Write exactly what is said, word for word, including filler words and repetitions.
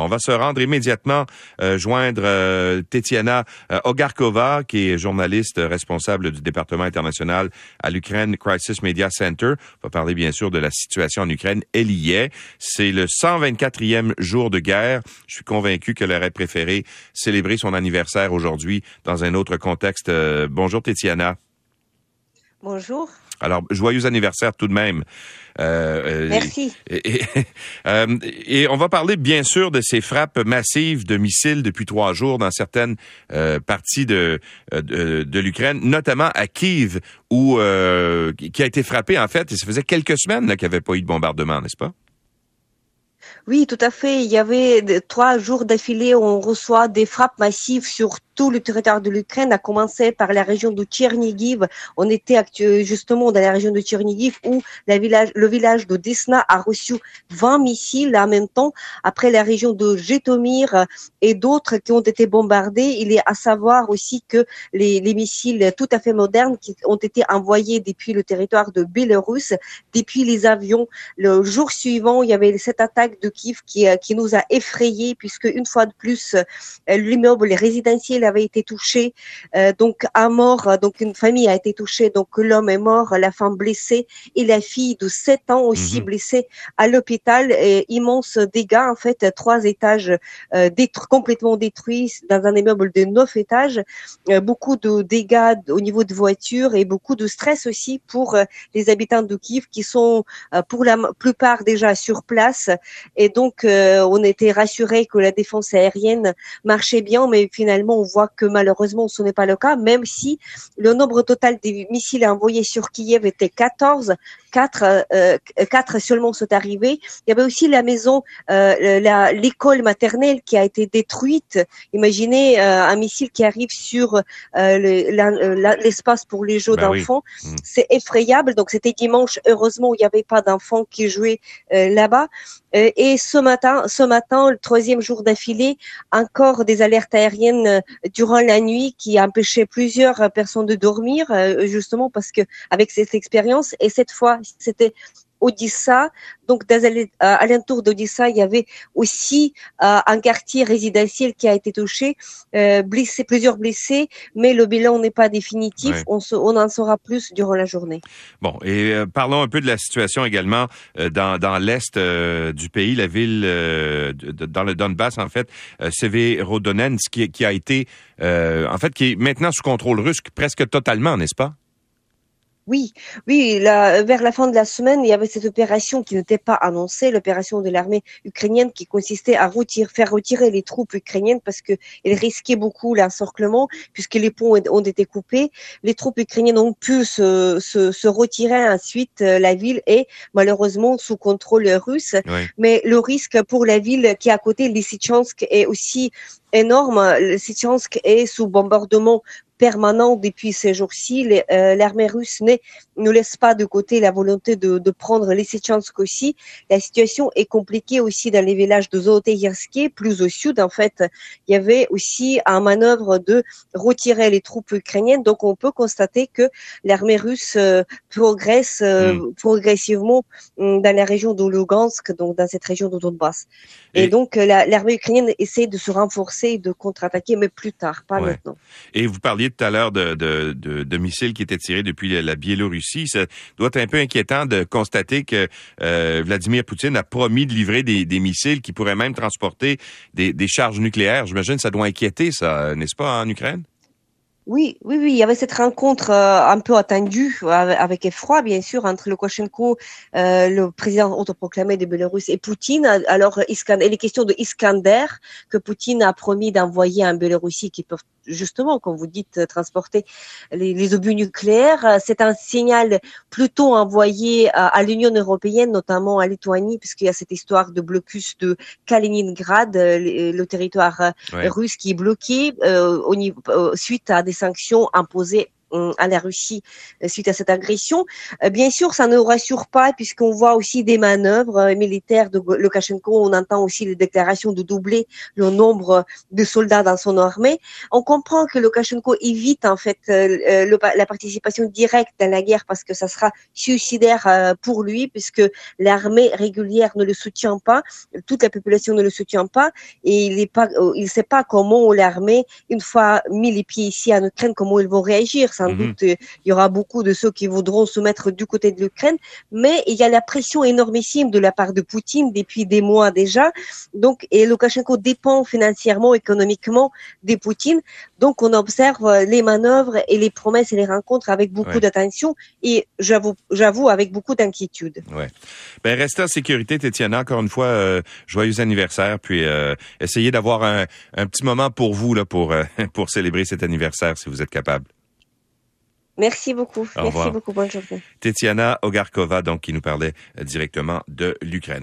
On va se rendre immédiatement euh, joindre euh, Tetiana euh, Ogarkova, qui est journaliste responsable du département international à l'Ukraine Crisis Media Center. On va parler bien sûr de la situation en Ukraine. Elle y est. C'est le cent vingt-quatrième jour de guerre. Je suis convaincu qu'elle aurait préféré célébrer son anniversaire aujourd'hui dans un autre contexte. Euh, bonjour Tetiana. Bonjour. Alors, joyeux anniversaire tout de même. Euh, Merci. Et, et, euh, et on va parler bien sûr de ces frappes massives de missiles depuis trois jours dans certaines euh, parties de, de, de l'Ukraine, notamment à Kiev, où euh, qui a été frappé en fait, et ça faisait quelques semaines là, qu'il n'y avait pas eu de bombardement, n'est-ce pas? Oui, tout à fait. Il y avait trois jours d'affilée où on reçoit des frappes massives sur tout le territoire de l'Ukraine, à commencer par la région de Tchernigiv. On était justement dans la région de Tchernigiv où la village, le village de Desna a reçu vingt missiles en même temps. Après, la région de Jytomyr et d'autres qui ont été bombardés. Il est à savoir aussi que les, les missiles tout à fait modernes qui ont été envoyés depuis le territoire de Bélarus, depuis les avions. Le jour suivant, il y avait cette attaque de Kiev qui, qui nous a effrayés puisque une fois de plus, l'immeuble résidentiel avait été touché, euh, donc à mort, donc une famille a été touchée, donc l'homme est mort, la femme blessée et la fille de sept ans aussi mmh. blessée à l'hôpital. Et immense dégâts, en fait, trois étages euh, détru- complètement détruits dans un immeuble de neuf étages, euh, beaucoup de dégâts au niveau de voitures et beaucoup de stress aussi pour euh, les habitants de Kiev qui sont euh, pour la plupart déjà sur place. Et donc, euh, on était rassurés que la défense aérienne marchait bien, mais finalement, on voit que malheureusement, ce n'est pas le cas, même si le nombre total des missiles envoyés sur Kiev était quatorze, quatre, euh, quatre seulement sont arrivés. Il y avait aussi la maison, euh, la, l'école maternelle qui a été détruite. Imaginez euh, un missile qui arrive sur euh, le, la, la, l'espace pour les jeux ben d'enfants. Oui. Mmh. C'est effrayable. Donc, c'était dimanche. Heureusement, il n'y avait pas d'enfants qui jouaient euh, là-bas. Euh, et ce matin, ce matin, le troisième jour d'affilée, encore des alertes aériennes durant la nuit qui empêchaient plusieurs personnes de dormir, justement parce que avec cette expérience, et cette fois, c'était Odissa. Donc, dans alentour d'Odissa, il y avait aussi euh, un quartier résidentiel qui a été touché, euh, blessé, plusieurs blessés, mais le bilan n'est pas définitif. Ouais. On, se, on en saura plus durant la journée. Bon, et euh, parlons un peu de la situation également euh, dans, dans l'est euh, du pays, la ville euh, de, dans le Donbass, en fait, euh, Severodonetsk, qui, qui a été, euh, en fait, qui est maintenant sous contrôle russe presque totalement, n'est-ce pas? Oui, oui, la, vers la fin de la semaine, il y avait cette opération qui n'était pas annoncée, l'opération de l'armée ukrainienne qui consistait à retirer, faire retirer les troupes ukrainiennes parce que elles risquaient beaucoup l'encerclement puisque les ponts ont été coupés. Les troupes ukrainiennes ont pu se, se, se retirer ensuite. La ville est malheureusement sous contrôle russe, oui. Mais le risque pour la ville qui est à côté, Lysychansk, est aussi énorme. Lysychansk est sous bombardement permanent depuis ces jours-ci. Les, euh, l'armée russe ne, ne laisse pas de côté la volonté de, de prendre Lysychansk aussi. La situation est compliquée aussi dans les villages de Zoloteyersky, plus au sud. En fait, il y avait aussi un manœuvre de retirer les troupes ukrainiennes. Donc, on peut constater que l'armée russe euh, progresse euh, mmh. progressivement euh, dans la région de Lugansk, donc dans cette région de Donbass. Et, et donc, la, l'armée ukrainienne essaie de se renforcer et de contre-attaquer, mais plus tard, pas ouais. maintenant. Et vous parliez tout à l'heure de, de, de, de missiles qui étaient tirés depuis la, la Biélorussie. Ça doit être un peu inquiétant de constater que euh, Vladimir Poutine a promis de livrer des, des missiles qui pourraient même transporter des, des charges nucléaires. J'imagine que ça doit inquiéter, ça, n'est-ce pas, en Ukraine? Oui, oui, oui, il y avait cette rencontre euh, un peu attendue, avec, avec effroi, bien sûr, entre Loukachenko, euh, le président autoproclamé de Bélarus, et Poutine. Alors, Iskander, les questions de Iskander, que Poutine a promis d'envoyer en Biélorussie, qui peuvent justement, comme vous dites, transporter les, les obus nucléaires. C'est un signal plutôt envoyé à, à l'Union européenne, notamment à Lituanie, puisqu'il y a cette histoire de blocus de Kaliningrad, le, le territoire ouais. russe qui est bloqué euh, au niveau, euh, suite à des sanctions imposées à la Russie suite à cette agression. Bien sûr, ça ne rassure pas puisqu'on voit aussi des manœuvres militaires de Loukachenko. On entend aussi les déclarations de doubler le nombre de soldats dans son armée. On comprend que Loukachenko évite en fait le, la participation directe dans la guerre parce que ça sera suicidaire pour lui puisque l'armée régulière ne le soutient pas, toute la population ne le soutient pas et il est pas, il sait pas comment l'armée, une fois mis les pieds ici en Ukraine, comment ils vont réagir. Sans mm-hmm. doute, il y aura beaucoup de ceux qui voudront se mettre du côté de l'Ukraine, mais il y a la pression énormissime de la part de Poutine depuis des mois déjà. Donc, et Loukachenko dépend financièrement, économiquement de Poutine. Donc, on observe les manœuvres et les promesses et les rencontres avec beaucoup ouais. d'attention et j'avoue, j'avoue avec beaucoup d'inquiétude. Ouais. Ben, restez en sécurité, Tetiana. Encore une fois, euh, joyeux anniversaire. Puis, euh, essayez d'avoir un, un petit moment pour vous là, pour euh, pour célébrer cet anniversaire si vous êtes capable. Merci beaucoup. Au Merci revoir. beaucoup. Bonne journée. Tetiana Ogarkova, donc, qui nous parlait directement de l'Ukraine.